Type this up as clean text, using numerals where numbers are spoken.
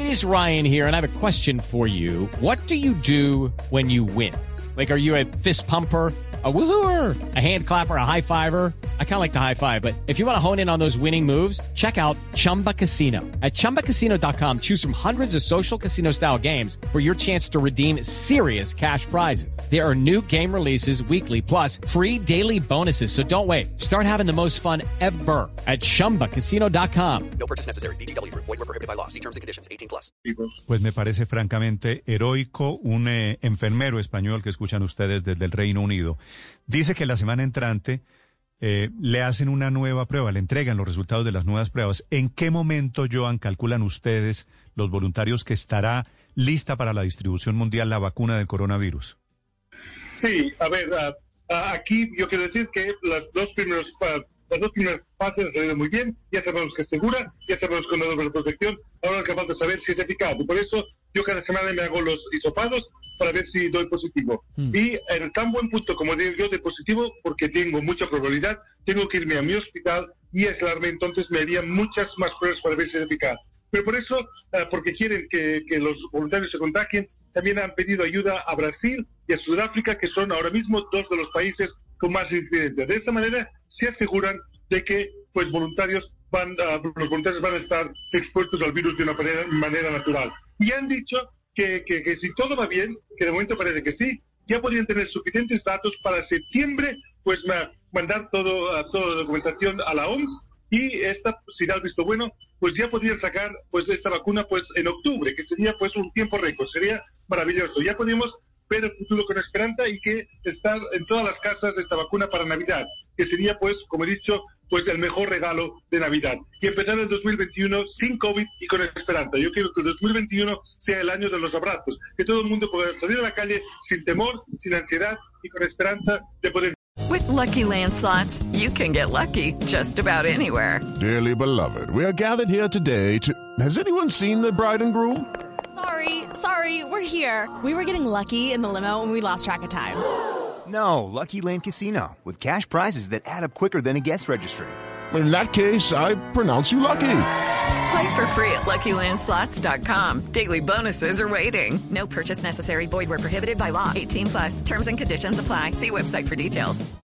is Ryan here, and I have a question for you. What do you do when you win? Like, are you a fist pumper, a woohooer, a hand clapper, a high fiver? I kind of like the high five, but if you want to hone in on those winning moves, check out Chumba Casino. At ChumbaCasino.com, choose from hundreds of social casino-style games for your chance to redeem serious cash prizes. There are new game releases weekly, plus free daily bonuses. So don't wait. Start having the most fun ever at ChumbaCasino.com. No purchase necessary. VGW Group. Void where prohibited by law. See terms and conditions. 18+. Pues me parece francamente heroico un enfermero español que escuchan ustedes desde el Reino Unido. Dice que la semana entrante le hacen una nueva prueba, le entregan los resultados de las nuevas pruebas. ¿En qué momento, Joan, calculan ustedes, los voluntarios, que estará lista para la distribución mundial la vacuna del coronavirus? Sí, a ver, aquí yo quiero decir que las dos primeras fases han salido muy bien, ya sabemos que es segura, ya sabemos que es una doble protección, ahora lo que falta es saber si es eficaz. Y por eso yo cada semana me hago los hisopados para ver si doy positivo. Y en tan buen punto como digo yo de positivo, porque tengo mucha probabilidad, tengo que irme a mi hospital y aislarme, entonces me harían muchas más pruebas para ver si es eficaz. Pero por eso, porque quieren que los voluntarios se contagien, también han pedido ayuda a Brasil y a Sudáfrica, que son ahora mismo dos de los países con más incidencia. De esta manera se aseguran de que los voluntarios van a estar expuestos al virus de una manera natural. Y han dicho que si todo va bien, que de momento parece que sí, ya podrían tener suficientes datos para septiembre, pues mandar toda la documentación a la OMS, y esta, si da el visto bueno, pues ya podrían sacar pues esta vacuna pues en octubre, que sería pues un tiempo récord, sería maravilloso. Ya podríamos ver el futuro con esperanza y que estar en todas las casas esta vacuna para Navidad, que sería pues, como he dicho, pues el mejor regalo de Navidad. Y empezar el 2021 sin COVID y con esperanza. Yo quiero que el 2021 sea el año de los abrazos, que todo el mundo pueda salir a la calle sin temor, sin ansiedad y con esperanza de poder. With Lucky Land Slots, you can get lucky just about anywhere. Dearly beloved, we are gathered here today to... Has anyone seen the bride and groom? Sorry, we're here. We were getting lucky in the limo and we lost track of time. No, Lucky Land Casino, with cash prizes that add up quicker than a guest registry. In that case, I pronounce you lucky. Play for free at LuckyLandSlots.com. Daily bonuses are waiting. No purchase necessary. Void where prohibited by law. 18+. Terms and conditions apply. See website for details.